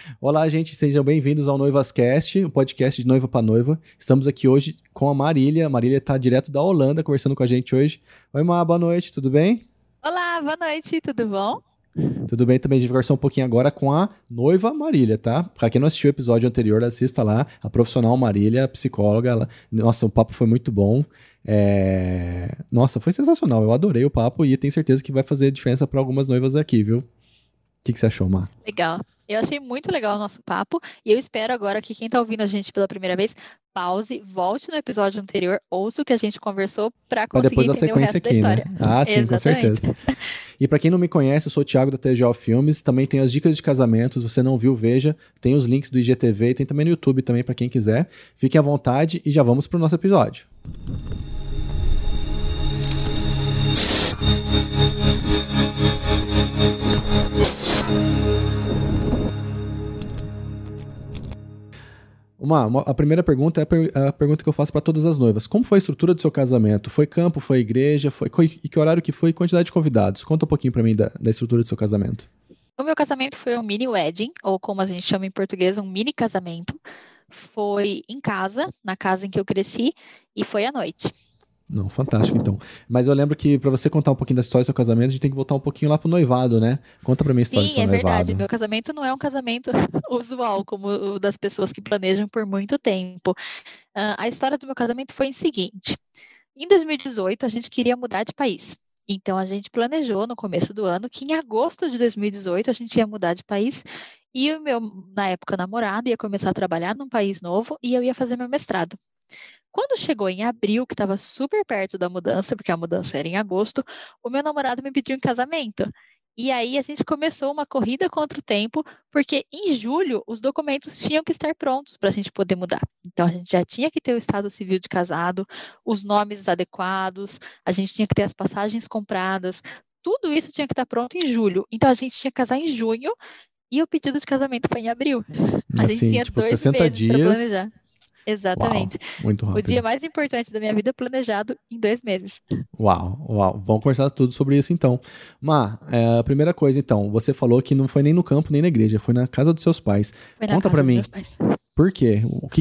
Olá, gente, sejam bem-vindos ao Noivascast, o podcast de noiva para noiva. Estamos aqui hoje com a Marília. A Marília está direto da Holanda conversando com a gente hoje. Oi, Má, boa noite, tudo bem? Olá, boa noite, tudo bom? Tudo bem também, a gente vai conversar um pouquinho agora com a noiva Marília, tá? Pra quem não assistiu o episódio anterior, assista lá, a profissional Marília, a psicóloga. Nossa, o papo foi muito bom. Nossa, foi sensacional, eu adorei o papo e tenho certeza que vai fazer diferença para algumas noivas aqui, viu? O que você achou, Má? Legal. Eu achei muito legal o nosso papo e eu espero agora que quem está ouvindo a gente pela primeira vez, pause, volte no episódio anterior, ouça o que a gente conversou para Pra conseguir depois a entender o sequência resto da aqui, né? história. Ah, sim, com Exatamente. certeza. E pra quem não me conhece, eu sou o Thiago da TGO Filmes, também tem as dicas de casamentos, você não viu, veja, tem os links do IGTV e tem também no YouTube também pra quem quiser. Fique à vontade e já vamos pro nosso episódio. A primeira pergunta é a pergunta que eu faço para todas as noivas. Como foi a estrutura do seu casamento? Foi campo, foi igreja? E que horário que foi? E quantidade de convidados? Conta um pouquinho para mim da estrutura do seu casamento. O meu casamento foi um mini wedding, ou como a gente chama em português, um mini casamento. Foi em casa, na casa em que eu cresci, e foi à noite. Não, fantástico então. Mas eu lembro que para você contar um pouquinho da história do seu casamento, a gente tem que voltar um pouquinho lá pro noivado, né? Conta pra mim a história do Sim, seu é verdade. noivado. Meu casamento não é um casamento usual, como o das pessoas que planejam por muito tempo. A história do meu casamento foi o seguinte: em 2018, a gente queria mudar de país. Então, a gente planejou no começo do ano que em agosto de 2018 a gente ia mudar de país e o meu, na época, namorado ia começar a trabalhar num país novo e eu ia fazer meu mestrado. Quando chegou em abril, que estava super perto da mudança, porque a mudança era em agosto, o meu namorado me pediu em casamento. E aí a gente começou uma corrida contra o tempo, porque em julho os documentos tinham que estar prontos para a gente poder mudar. Então a gente já tinha que ter o estado civil de casado, os nomes adequados, a gente tinha que ter as passagens compradas, tudo isso tinha que estar pronto em julho. Então a gente tinha que casar em junho e o pedido de casamento foi em abril. A gente Assim, tinha tipo, 2 60 meses para dias. planejar. Uau, Exatamente. muito O dia rápido. mais importante da minha vida planejado em 2 meses. Uau. Vamos conversar tudo sobre isso então. A primeira coisa então, você falou que não foi nem no campo nem na igreja, foi na casa dos seus pais. Foi na Conta pra casa dos mim, meus pais. por quê?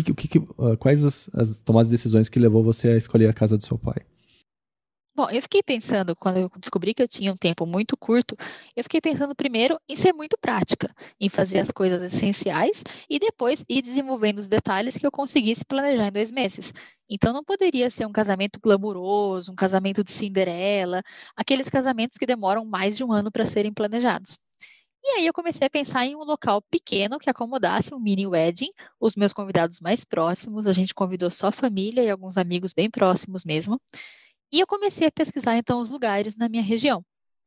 Quais as tomadas de decisões que levou você a escolher a casa do seu pai? Bom, eu fiquei pensando, quando eu descobri que eu tinha um tempo muito curto, eu fiquei pensando primeiro em ser muito prática, em fazer as coisas essenciais e depois ir desenvolvendo os detalhes que eu conseguisse planejar em 2 meses. Então não poderia ser um casamento glamuroso, um casamento de Cinderela, aqueles casamentos que demoram mais de um ano para serem planejados. E aí eu comecei a pensar em um local pequeno que acomodasse um mini wedding, os meus convidados mais próximos, a gente convidou só a família e alguns amigos bem próximos mesmo. E eu comecei a pesquisar então os lugares na minha região.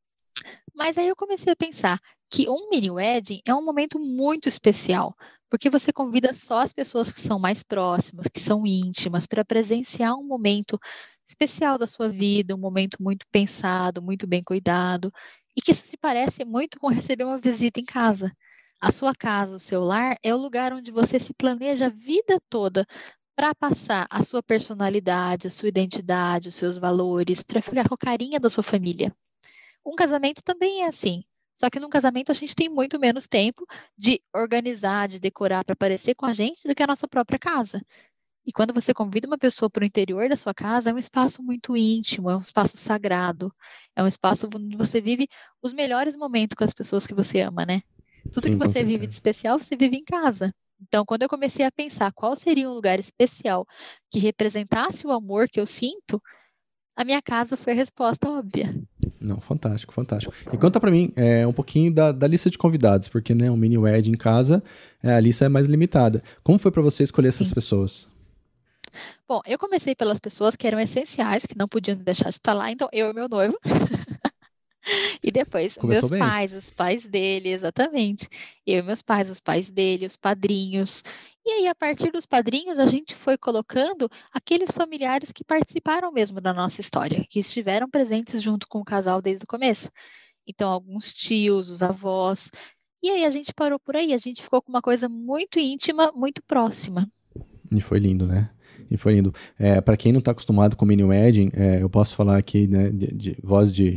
Mas aí eu comecei a pensar que um mini wedding é um momento muito especial, porque você convida só as pessoas que são mais próximas, que são íntimas, para presenciar um momento especial da sua vida, um momento muito pensado, muito bem cuidado, e que isso se parece muito com receber uma visita em casa. A sua casa, o seu lar, é o lugar onde você se planeja a vida toda para passar a sua personalidade, a sua identidade, os seus valores, para ficar com a carinha da sua família. Um casamento também é assim. Só que num casamento a gente tem muito menos tempo de organizar, de decorar para parecer com a gente do que a nossa própria casa. E quando você convida uma pessoa para o interior da sua casa, é um espaço muito íntimo, é um espaço sagrado, é um espaço onde você vive os melhores momentos com as pessoas que você ama, né? Tudo que Sim, com você vive de certeza. especial, você vive em casa. Então, quando eu comecei a pensar qual seria um lugar especial que representasse o amor que eu sinto, a minha casa foi a resposta óbvia. Não, fantástico. E conta pra mim um pouquinho da lista de convidados, porque né, um mini wedding em casa, a lista é mais limitada. Como foi pra você escolher essas Sim. pessoas? Bom, eu comecei pelas pessoas que eram essenciais, que não podiam deixar de estar lá, então eu e meu noivo. E depois, Começou meus bem. pais, os pais dele, exatamente. Eu e meus pais, os pais dele, os padrinhos. E aí, a partir dos padrinhos, a gente foi colocando aqueles familiares que participaram mesmo da nossa história, que estiveram presentes junto com o casal desde o começo. Então, alguns tios, os avós. E aí, a gente parou por aí, a gente ficou com uma coisa muito íntima, muito próxima. E foi lindo, né? E foi lindo. Para quem não tá acostumado com mini wedding, eu posso falar aqui, né, de voz de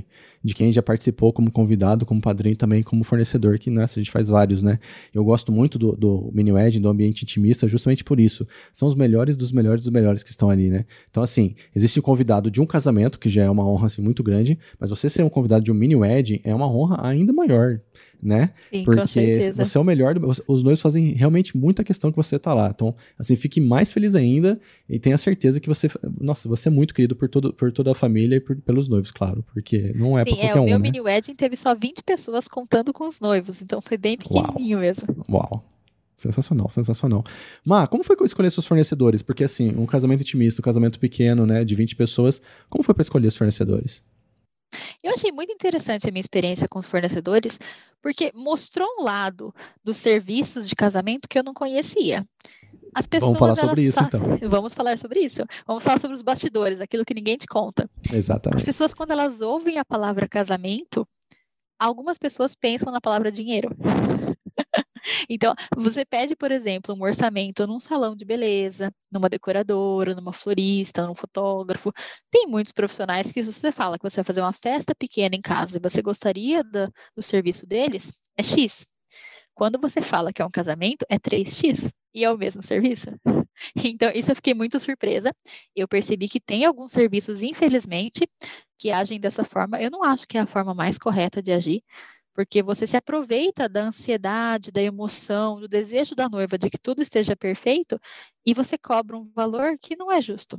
de quem já participou como convidado, como padrinho, também como fornecedor, que nessa a gente faz vários, né? Eu gosto muito do Mini Wedding, do ambiente intimista, justamente por isso. São os melhores dos melhores dos melhores que estão ali, né? Então, assim, existe o convidado de um casamento, que já é uma honra, assim, muito grande, mas você ser um convidado de um Mini Wedding é uma honra ainda maior, né? Sim, com Porque certeza. você é o melhor, os noivos fazem realmente muita questão que você tá lá. Então, assim, fique mais feliz ainda e tenha certeza que você, nossa, você é muito querido por toda a família e pelos noivos, claro, porque não é pra Sim, qualquer o um, meu né? mini wedding teve só 20 pessoas contando com os noivos, então foi bem Uau, pequenininho mesmo. uau. Sensacional, sensacional. Má, como foi que eu escolhi seus fornecedores? Porque, assim, um casamento intimista, um casamento pequeno, né, de 20 pessoas, como foi pra escolher os fornecedores? Eu achei muito interessante a minha experiência com os fornecedores, porque mostrou um lado dos serviços de casamento que eu não conhecia. As Vamos falar pessoas, sobre elas isso, então. Vamos falar sobre isso. Vamos falar sobre os bastidores, aquilo que ninguém te conta. As Exatamente. pessoas, quando elas ouvem a palavra casamento, algumas pessoas pensam na palavra dinheiro. Então, você pede, por exemplo, um orçamento num salão de beleza, numa decoradora, numa florista, num fotógrafo. Tem muitos profissionais que, se você fala que você vai fazer uma festa pequena em casa e você gostaria do serviço deles, é X. Quando você fala que é um casamento, é 3x. E é o mesmo serviço. Então, isso eu fiquei muito surpresa. Eu percebi que tem alguns serviços, infelizmente, que agem dessa forma. Eu não acho que é a forma mais correta de agir, porque você se aproveita da ansiedade, da emoção, do desejo da noiva de que tudo esteja perfeito e você cobra um valor que não é justo.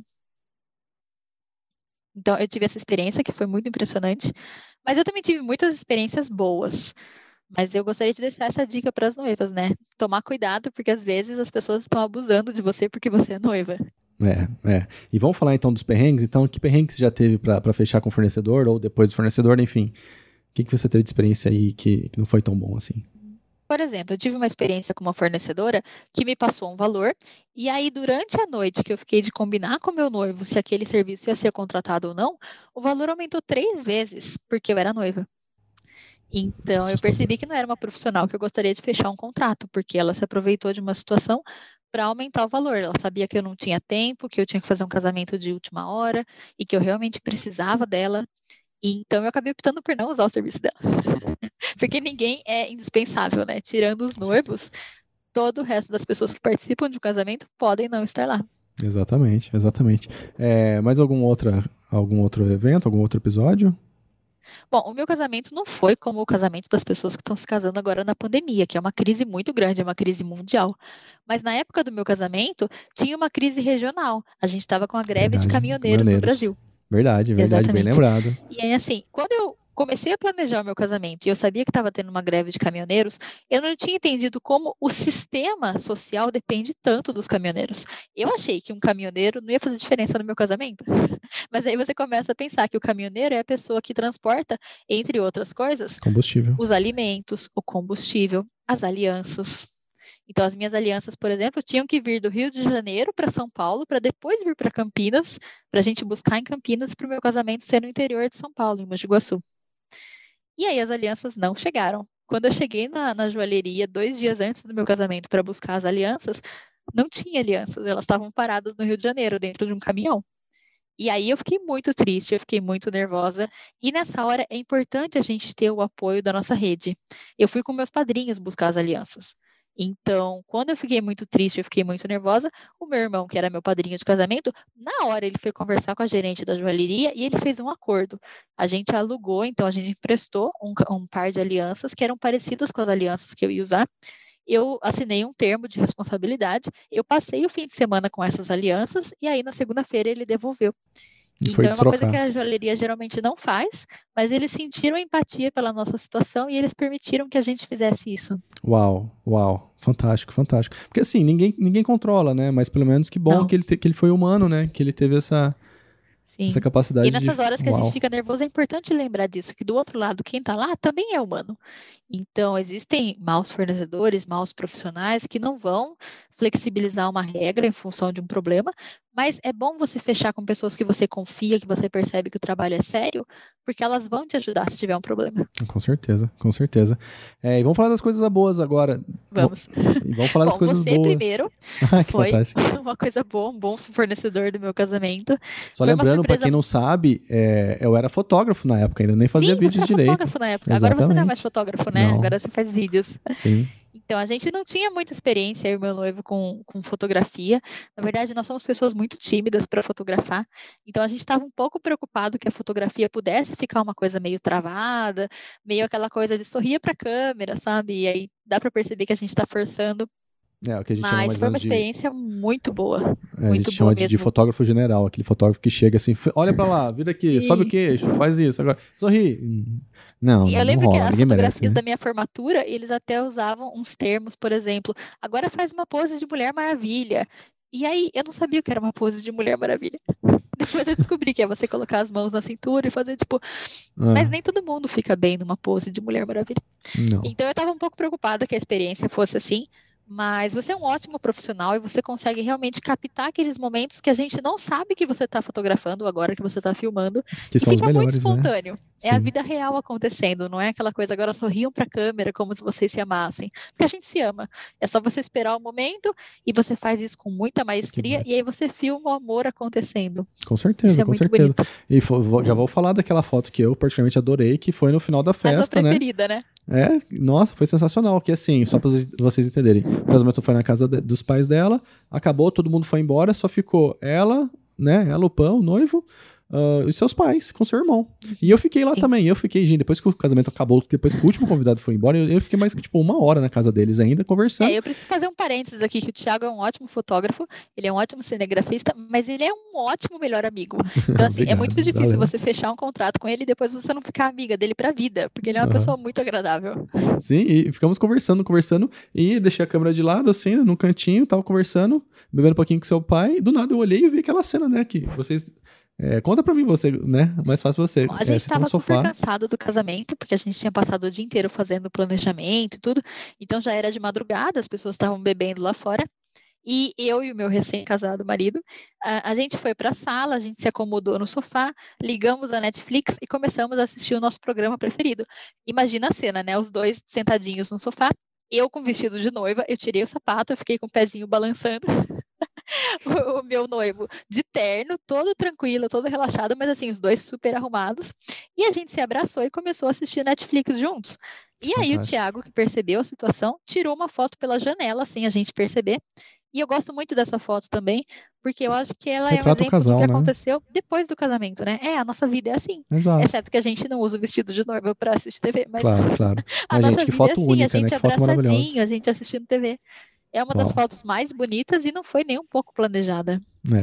Então, eu tive essa experiência que foi muito impressionante, mas eu também tive muitas experiências boas. Mas eu gostaria de deixar essa dica para as noivas, né? Tomar cuidado, porque às vezes as pessoas estão abusando de você porque você é noiva. É. E vamos falar então dos perrengues. Então, que perrengues você já teve pra fechar com o fornecedor ou depois do fornecedor, enfim? O que você teve de experiência aí que não foi tão bom assim? Por exemplo, eu tive uma experiência com uma fornecedora que me passou um valor, e aí durante a noite que eu fiquei de combinar com meu noivo se aquele serviço ia ser contratado ou não, o valor aumentou 3 vezes, porque eu era noiva. Então, eu Assustador. percebi que não era uma profissional que eu gostaria de fechar um contrato, porque ela se aproveitou de uma situação para aumentar o valor. Ela sabia que eu não tinha tempo, que eu tinha que fazer um casamento de última hora e que eu realmente precisava dela. E então, eu acabei optando por não usar o serviço dela. Porque ninguém é indispensável, né? Tirando os Com noivos, certeza. todo o resto das pessoas que participam de um casamento podem não estar lá. Exatamente, exatamente. Mais algum outro evento, algum outro episódio? Bom, o meu casamento não foi como o casamento das pessoas que estão se casando agora na pandemia, que é uma crise muito grande, é uma crise mundial. Mas na época do meu casamento, tinha uma crise regional. A gente estava com a greve de Verdade, caminhoneiros no caminhoneiros. Brasil. Verdade, verdade, bem Exatamente. lembrado. E aí, assim, quando eu comecei a planejar o meu casamento e eu sabia que estava tendo uma greve de caminhoneiros, eu não tinha entendido como o sistema social depende tanto dos caminhoneiros. Eu achei que um caminhoneiro não ia fazer diferença no meu casamento. Mas aí você começa a pensar que o caminhoneiro é a pessoa que transporta, entre outras coisas, Combustível. os alimentos, o combustível, as alianças. Então, as minhas alianças, por exemplo, tinham que vir do Rio de Janeiro para São Paulo, para depois vir para Campinas, para a gente buscar em Campinas para o meu casamento ser no interior de São Paulo, em Mogi Guaçu. E aí as alianças não chegaram. Quando eu cheguei na joalheria 2 dias antes do meu casamento para buscar as alianças, não tinha alianças, elas estavam paradas no Rio de Janeiro, dentro de um caminhão. E aí eu fiquei muito triste, eu fiquei muito nervosa. E nessa hora é importante a gente ter o apoio da nossa rede. Eu fui com meus padrinhos buscar as alianças. Então, quando eu fiquei muito triste, eu fiquei muito nervosa, o meu irmão, que era meu padrinho de casamento, na hora ele foi conversar com a gerente da joalheria e ele fez um acordo. A gente alugou, então a gente emprestou um par de alianças que eram parecidas com as alianças que eu ia usar. Eu assinei um termo de responsabilidade, eu passei o fim de semana com essas alianças e aí na segunda-feira ele devolveu. E foi Então é uma coisa que trocar. a joalheria geralmente não faz, mas eles sentiram empatia pela nossa situação e eles permitiram que a gente fizesse isso. Uau, uau. Fantástico, fantástico. Porque assim, ninguém controla, né? Mas pelo menos que bom Não, que ele foi humano, né? Que ele teve essa sim. E capacidade de. nessas horas que a gente Uau. fica nervoso, é importante lembrar disso, que do outro lado, quem está lá também é humano. Então, existem maus fornecedores, maus profissionais que não vão flexibilizar uma regra em função de um problema, mas é bom você fechar com pessoas que você confia, que você percebe que o trabalho é sério, porque elas vão te ajudar se tiver um problema. Com certeza, com certeza. E vamos falar das coisas boas agora. Vamos. E vamos falar das Bom, coisas você boas. primeiro Que foi fantástico. uma coisa boa, um bom fornecedor do meu casamento. Só Foi uma lembrando, pra surpresa. quem não sabe, eu era fotógrafo na época, ainda nem fazia Sim, vídeos você era direito. fotógrafo na época. Agora você não é mais Exatamente. fotógrafo, né? Não. Agora você faz vídeos. Sim. Então, a gente não tinha muita experiência, eu e meu noivo, com fotografia. Na verdade, nós somos pessoas muito tímidas para fotografar. Então, a gente estava um pouco preocupado que a fotografia pudesse ficar uma coisa meio travada, meio aquela coisa de sorrir para a câmera, sabe? E aí dá para perceber que a gente está forçando. O que a gente chama Mas mais ou foi uma menos de... experiência muito boa. a Muito gente boa chama de mesmo. fotógrafo general, aquele fotógrafo que chega assim, olha pra lá, vira aqui, Sim. sobe o queixo, faz isso, agora sorri. Não, Eu não lembro que rola, as ninguém merece, fotografias né? da minha formatura, eles até usavam uns termos, por exemplo, agora faz uma pose de Mulher Maravilha. E aí, eu não sabia o que era uma pose de Mulher Maravilha. Depois eu descobri que é você colocar as mãos na cintura e fazer tipo... Mas nem todo mundo fica bem numa pose de Mulher Maravilha. Não. Então eu estava um pouco preocupada que a experiência fosse assim, mas você é um ótimo profissional e você consegue realmente captar aqueles momentos que a gente não sabe que você está fotografando agora que você está filmando. Que E são os fica muito melhores, né? espontâneo. É a Sim. vida real acontecendo, não é aquela coisa agora sorriam para a câmera como se vocês se amassem. Porque a gente se ama. É só você esperar o momento e você faz isso com muita maestria e aí você filma o amor acontecendo. Com certeza, Isso é com muito certeza. bonito. E já vou falar daquela foto que eu particularmente adorei, que foi no final da A festa, tua preferida, né? Nossa, foi sensacional, que assim, só pra vocês entenderem, o casamento foi na casa dos pais dela, acabou, todo mundo foi embora, só ficou ela, né, ela, o pão, o noivo, e seus pais, com seu irmão. E eu fiquei lá também, gente, depois que o casamento acabou, depois que o último convidado foi embora, eu fiquei mais que, tipo, 1 hora na casa deles ainda, conversando. Eu preciso fazer um parênteses aqui, que o Thiago é um ótimo fotógrafo, ele é um ótimo cinegrafista, mas ele é um ótimo melhor amigo. Então, assim, Obrigado, é muito difícil valeu. você fechar um contrato com ele e depois você não ficar amiga dele pra vida, porque ele é uma pessoa muito agradável. Sim, e ficamos conversando, e deixei a câmera de lado, assim, num cantinho, tava conversando, bebendo um pouquinho com seu pai, e do nada eu olhei e vi aquela cena, né, que vocês... conta pra mim você, né? Mais fácil você. Bom, a gente estava super cansado do casamento, porque a gente tinha passado o dia inteiro fazendo planejamento e tudo. Então já era de madrugada, as pessoas estavam bebendo lá fora. E eu e o meu recém-casado marido, a gente foi para a sala, a gente se acomodou no sofá, ligamos a Netflix e começamos a assistir o nosso programa preferido. Imagina a cena, né? Os dois sentadinhos no sofá, eu com vestido de noiva, eu tirei o sapato, eu fiquei com o pezinho balançando. O meu noivo de terno, todo tranquilo, todo relaxado, mas assim, os dois super arrumados. E a gente se abraçou e começou a assistir Netflix juntos. E aí o Thiago, que percebeu a situação, tirou uma foto pela janela, sem a gente perceber. E eu gosto muito dessa foto também, porque eu acho que ela é um exemplo do que aconteceu depois do casamento, né? A nossa vida é assim. Exato. Exceto que a gente não usa o vestido de noiva para assistir TV. Mas Claro. a Mas, nossa gente, que vida foto é assim, única, a gente né? Que foto maravilhosa. abraçadinho, a gente assistindo TV. É uma das fotos mais bonitas e não foi nem um pouco planejada.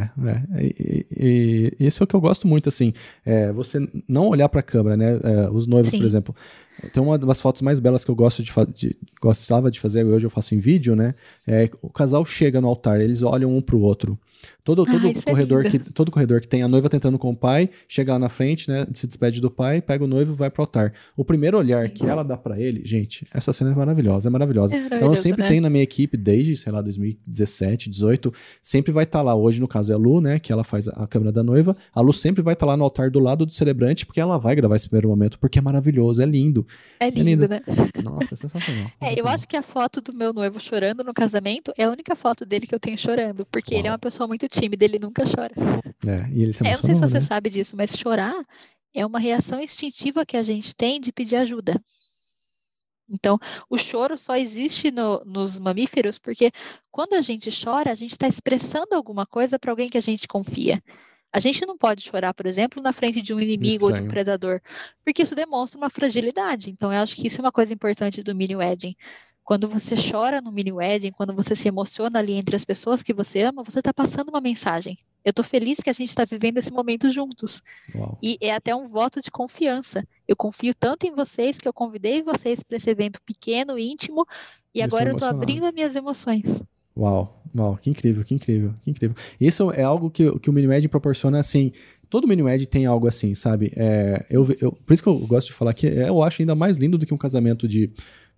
E isso é o que eu gosto muito, assim, você não olhar pra câmera, né? Os noivos, por exemplo. Tem uma das fotos mais belas que eu gostava de fazer, hoje eu faço em vídeo, né? O casal chega no altar, eles olham um pro outro. Todo corredor que tem a noiva tá entrando com o pai, chega lá na frente, né? Se despede do pai, pega o noivo e vai pro altar. O primeiro olhar que ela dá pra ele, gente, essa cena é maravilhosa. Então eu sempre tenho na minha equipe, desde, sei lá, 2017, 18, sempre vai estar lá. Hoje, no caso, é a Lu, né? Que ela faz a câmera da noiva. A Lu sempre vai estar lá no altar do lado do celebrante, porque ela vai gravar esse primeiro momento, porque é maravilhoso, é lindo. É lindo, né? Nossa, é sensacional. Eu acho que a foto do meu noivo chorando no casamento é a única foto dele que eu tenho chorando, porque ele é uma pessoa muito tímida, ele nunca chora. E ele se emocionou, eu não sei se você sabe disso, mas chorar é uma reação instintiva que a gente tem de pedir ajuda. Então, o choro só existe nos mamíferos porque quando a gente chora, a gente está expressando alguma coisa para alguém que a gente confia. A gente não pode chorar, por exemplo, na frente de um inimigo ou de um predador, porque isso demonstra uma fragilidade. Então, eu acho que isso é uma coisa importante do mini wedding. Quando você chora no mini wedding, quando você se emociona ali entre as pessoas que você ama, você está passando uma mensagem. Eu estou feliz que a gente está vivendo esse momento juntos. Uau. E é até um voto de confiança. Eu confio tanto em vocês que eu convidei vocês para esse evento pequeno, íntimo, e agora eu estou abrindo as minhas emoções. Uau, que incrível. Isso é algo que o mini wedding proporciona, assim. Todo mini wedding tem algo assim, sabe? Por isso que eu gosto de falar que eu acho ainda mais lindo do que um casamento de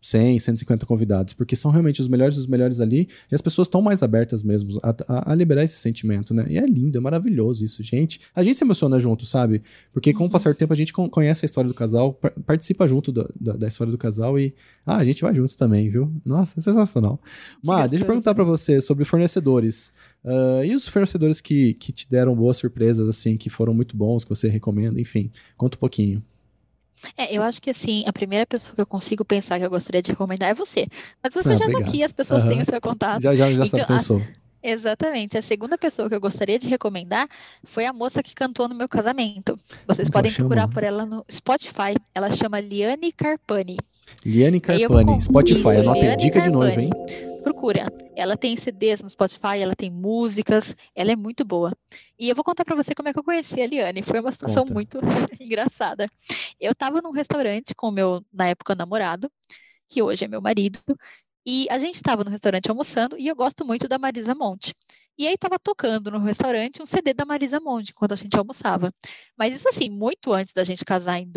100, 150 convidados, porque são realmente os melhores dos melhores ali, e as pessoas estão mais abertas mesmo a liberar esse sentimento, né? E é lindo, é maravilhoso isso, gente. A gente se emociona junto, sabe? Porque com o passar do tempo a gente conhece a história do casal, participa junto da história do casal e a gente vai junto também, viu? Nossa, é sensacional. Má, deixa eu perguntar pra você sobre fornecedores. E os fornecedores que te deram boas surpresas, assim, que foram muito bons, que você recomenda, enfim, conta um pouquinho. Eu acho que assim, a primeira pessoa que eu consigo pensar que eu gostaria de recomendar é você. Mas você já tá aqui, Obrigado. as pessoas têm Aham. o seu contato. Já sabe Então, quem eu sou. exatamente. A segunda pessoa que eu gostaria de recomendar foi a moça que cantou no meu casamento. Vocês Como que ela podem procurar chama? por ela no Spotify. Ela chama Liane Carpani. Liane E aí eu vou Carpani, Spotify, Isso, anotei. Liane Dica de noiva, Carpani. hein? Procura. Ela tem CDs no Spotify, ela tem músicas, ela é muito boa. E eu vou contar pra você como é que eu conheci a Liane. Foi uma situação Conta. muito engraçada. Eu tava num restaurante com o meu, na época, namorado, que hoje é meu marido, e a gente estava no restaurante almoçando e eu gosto muito da Marisa Monte. E aí estava tocando no restaurante um CD da Marisa Monte enquanto a gente almoçava. Mas isso assim, muito antes da gente casar, em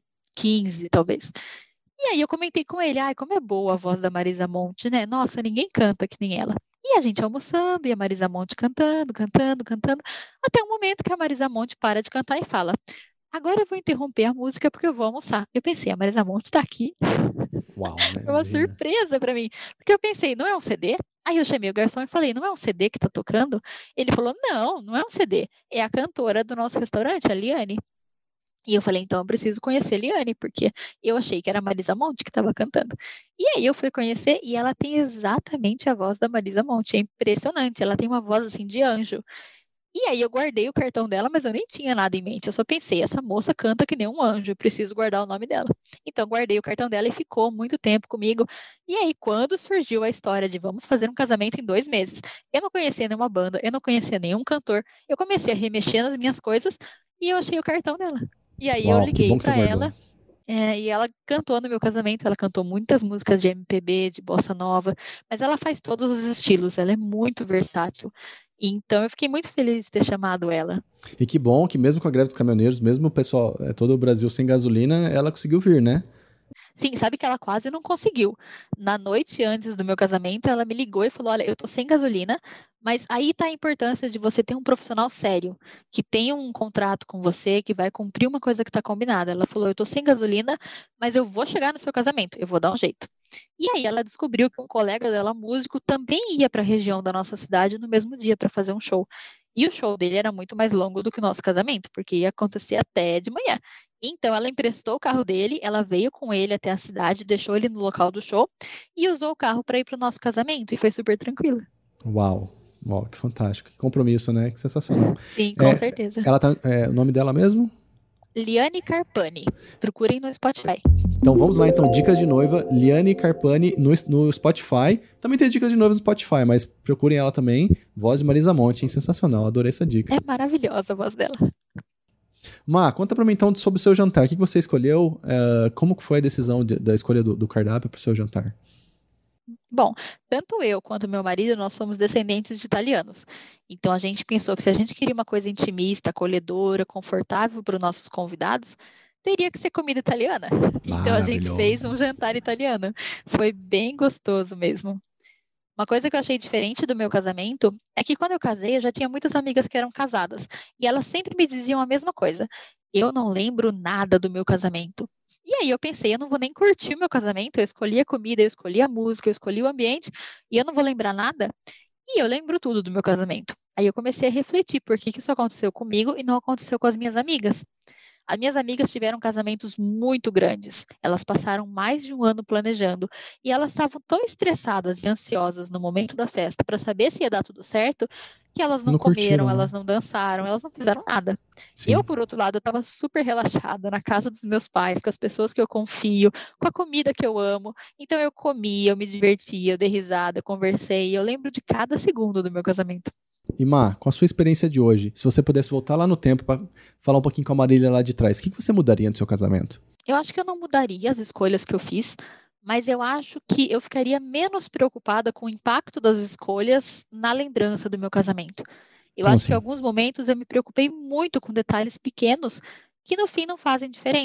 2015, talvez. E aí eu comentei com ele, ai, como é boa a voz da Marisa Monte, né? Nossa, ninguém canta que nem ela. E a gente almoçando, e a Marisa Monte cantando, cantando, cantando, até o momento que a Marisa Monte para de cantar e fala: agora eu vou interromper a música porque eu vou almoçar. Eu pensei, a Marisa Monte está aqui. Uau, né? Foi uma Imagina. surpresa para mim, porque eu pensei, não é um CD? Aí eu chamei o garçom e falei, não é um CD que tá tocando? Ele falou, não, não é um CD, é a cantora do nosso restaurante, a Liane. E eu falei, então eu preciso conhecer a Liane, porque eu achei que era a Marisa Monte que estava cantando. E aí eu fui conhecer e ela tem exatamente a voz da Marisa Monte. É impressionante, ela tem uma voz assim de anjo. E aí eu guardei o cartão dela, mas eu nem tinha nada em mente. Eu só pensei, essa moça canta que nem um anjo, eu preciso guardar o nome dela. Então eu guardei o cartão dela e ficou muito tempo comigo. E aí, quando surgiu a história de vamos fazer um casamento em 2 meses, eu não conhecia nenhuma banda, eu não conhecia nenhum cantor, eu comecei a remexer nas minhas coisas e eu achei o cartão dela. E aí eu Uau, que liguei bom que você para ela. guardou. E ela cantou no meu casamento, ela cantou muitas músicas de MPB, de bossa nova, mas ela faz todos os estilos, ela é muito versátil. Então eu fiquei muito feliz de ter chamado ela. E que bom que mesmo com a greve dos caminhoneiros, mesmo o pessoal, todo o Brasil sem gasolina, ela conseguiu vir, né? Sim, sabe que ela quase não conseguiu. Na noite antes do meu casamento, ela me ligou e falou: olha, eu tô sem gasolina, mas aí tá a importância de você ter um profissional sério, que tem um contrato com você, que vai cumprir uma coisa que tá combinada. Ela falou: eu tô sem gasolina, mas eu vou chegar no seu casamento, eu vou dar um jeito. E aí ela descobriu que um colega dela, músico, também ia para a região da nossa cidade no mesmo dia para fazer um show. E o show dele era muito mais longo do que o nosso casamento, porque ia acontecer até de manhã. Então ela emprestou o carro dele, ela veio com ele até a cidade, deixou ele no local do show e usou o carro para ir para o nosso casamento e foi super tranquilo. Uau, uau, que fantástico, que compromisso, né? Que sensacional. Sim, com É, certeza. ela tá, o nome dela mesmo? Liane Carpani. Procurem no Spotify. Então vamos lá, então, dicas de noiva, Liane Carpani no Spotify. Também tem dicas de noiva no Spotify, mas procurem ela também, voz de Marisa Monte, hein? Sensacional, adorei essa dica. É maravilhosa a voz dela. Má, conta pra mim então sobre o seu jantar. O que você escolheu? Como que foi a decisão da escolha do cardápio pro seu jantar? Bom, tanto eu quanto meu marido, nós somos descendentes de italianos. Então a gente pensou que se a gente queria uma coisa intimista, acolhedora, confortável para os nossos convidados, teria que ser comida italiana. Então a gente fez Maravilhoso. um jantar italiano. Foi bem gostoso mesmo. Uma coisa que eu achei diferente do meu casamento é que quando eu casei, eu já tinha muitas amigas que eram casadas. E elas sempre me diziam a mesma coisa. Eu não lembro nada do meu casamento. E aí eu pensei, eu não vou nem curtir o meu casamento, eu escolhi a comida, eu escolhi a música, eu escolhi o ambiente, e eu não vou lembrar nada. E eu lembro tudo do meu casamento. Aí eu comecei a refletir por que isso aconteceu comigo e não aconteceu com as minhas amigas. As minhas amigas tiveram casamentos muito grandes. Elas passaram mais de um ano planejando e elas estavam tão estressadas e ansiosas no momento da festa para saber se ia dar tudo certo, que elas não Não comeram, curtiram, né? elas não dançaram, elas não fizeram nada. Eu, Sim. por outro lado, eu estava super relaxada na casa dos meus pais, com as pessoas que eu confio, com a comida que eu amo. Então eu comia, eu me divertia, eu dei risada, eu conversei. Eu lembro de cada segundo do meu casamento. E Má, com a sua experiência de hoje, se você pudesse voltar lá no tempo pra falar um pouquinho com a Marília lá de trás, o que você mudaria no seu casamento? Eu acho que eu não mudaria as escolhas que eu fiz, mas eu acho que eu ficaria menos preocupada com o impacto das escolhas na lembrança do meu casamento. Eu Como acho que em assim? alguns momentos eu me preocupei muito com detalhes pequenos que no fim não fazem diferença.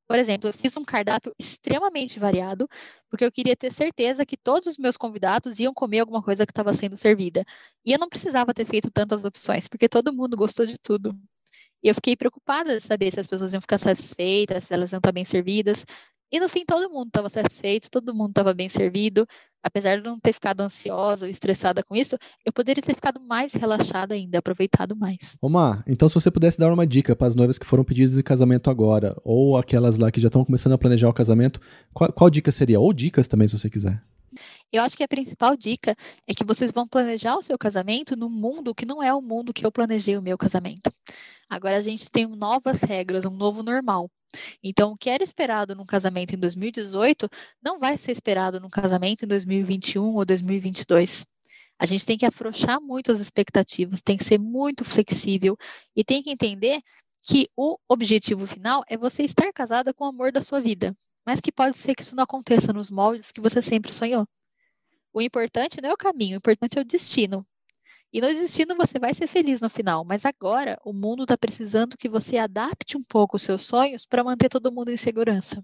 Por exemplo, eu fiz um cardápio extremamente variado, porque eu queria ter certeza que todos os meus convidados iam comer alguma coisa que estava sendo servida. E eu não precisava ter feito tantas opções, porque todo mundo gostou de tudo. E eu fiquei preocupada de saber se as pessoas iam ficar satisfeitas, se elas iam estar bem servidas. E no fim, todo mundo estava satisfeito, todo mundo estava bem servido. Apesar de não ter ficado ansiosa ou estressada com isso, eu poderia ter ficado mais relaxada ainda, aproveitado mais. Ô Má, então se você pudesse dar uma dica para as noivas que foram pedidas em casamento agora, ou aquelas lá que já estão começando a planejar o casamento, qual dica seria? Ou dicas também, se você quiser. Eu acho que a principal dica é que vocês vão planejar o seu casamento num mundo que não é o mundo que eu planejei o meu casamento. Agora a gente tem novas regras, um novo normal. Então, o que era esperado num casamento em 2018 não vai ser esperado num casamento em 2021 ou 2022. A gente tem que afrouxar muito as expectativas, tem que ser muito flexível e tem que entender que o objetivo final é você estar casada com o amor da sua vida, mas que pode ser que isso não aconteça nos moldes que você sempre sonhou. O importante não é o caminho, o importante é o destino. E no destino você vai ser feliz no final, mas agora o mundo está precisando que você adapte um pouco os seus sonhos para manter todo mundo em segurança.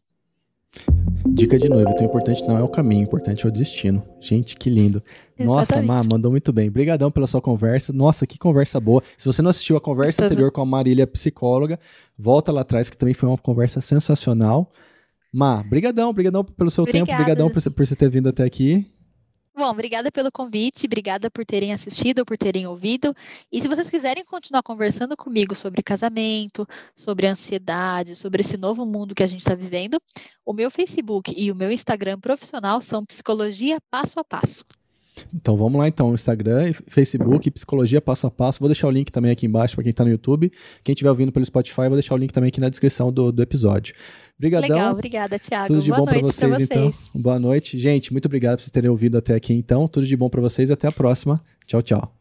Dica de noiva, então o importante não é o caminho, o importante é o destino. Gente, que lindo. Nossa, Exatamente. Má, mandou muito bem. Obrigadão pela sua conversa. Nossa, que conversa boa. Se você não assistiu a conversa anterior com a Marília, psicóloga, volta lá atrás que também foi uma conversa sensacional. Má, brigadão pelo seu tempo, brigadão por você ter vindo até aqui. Bom, obrigada pelo convite, obrigada por terem assistido, por terem ouvido. E se vocês quiserem continuar conversando comigo sobre casamento, sobre ansiedade, sobre esse novo mundo que a gente está vivendo, o meu Facebook e o meu Instagram profissional são Psicologia Passo a Passo. Então vamos lá então, Instagram, Facebook, Psicologia Passo a Passo. Vou deixar o link também aqui embaixo para quem está no YouTube. Quem estiver ouvindo pelo Spotify, vou deixar o link também aqui na descrição do episódio. Obrigadão. Legal, obrigada, Thiago. Tudo de Boa bom para noite vocês, então. Boa noite. Gente, muito obrigado por vocês terem ouvido até aqui, então. Tudo de bom para vocês e até a próxima. Tchau, tchau.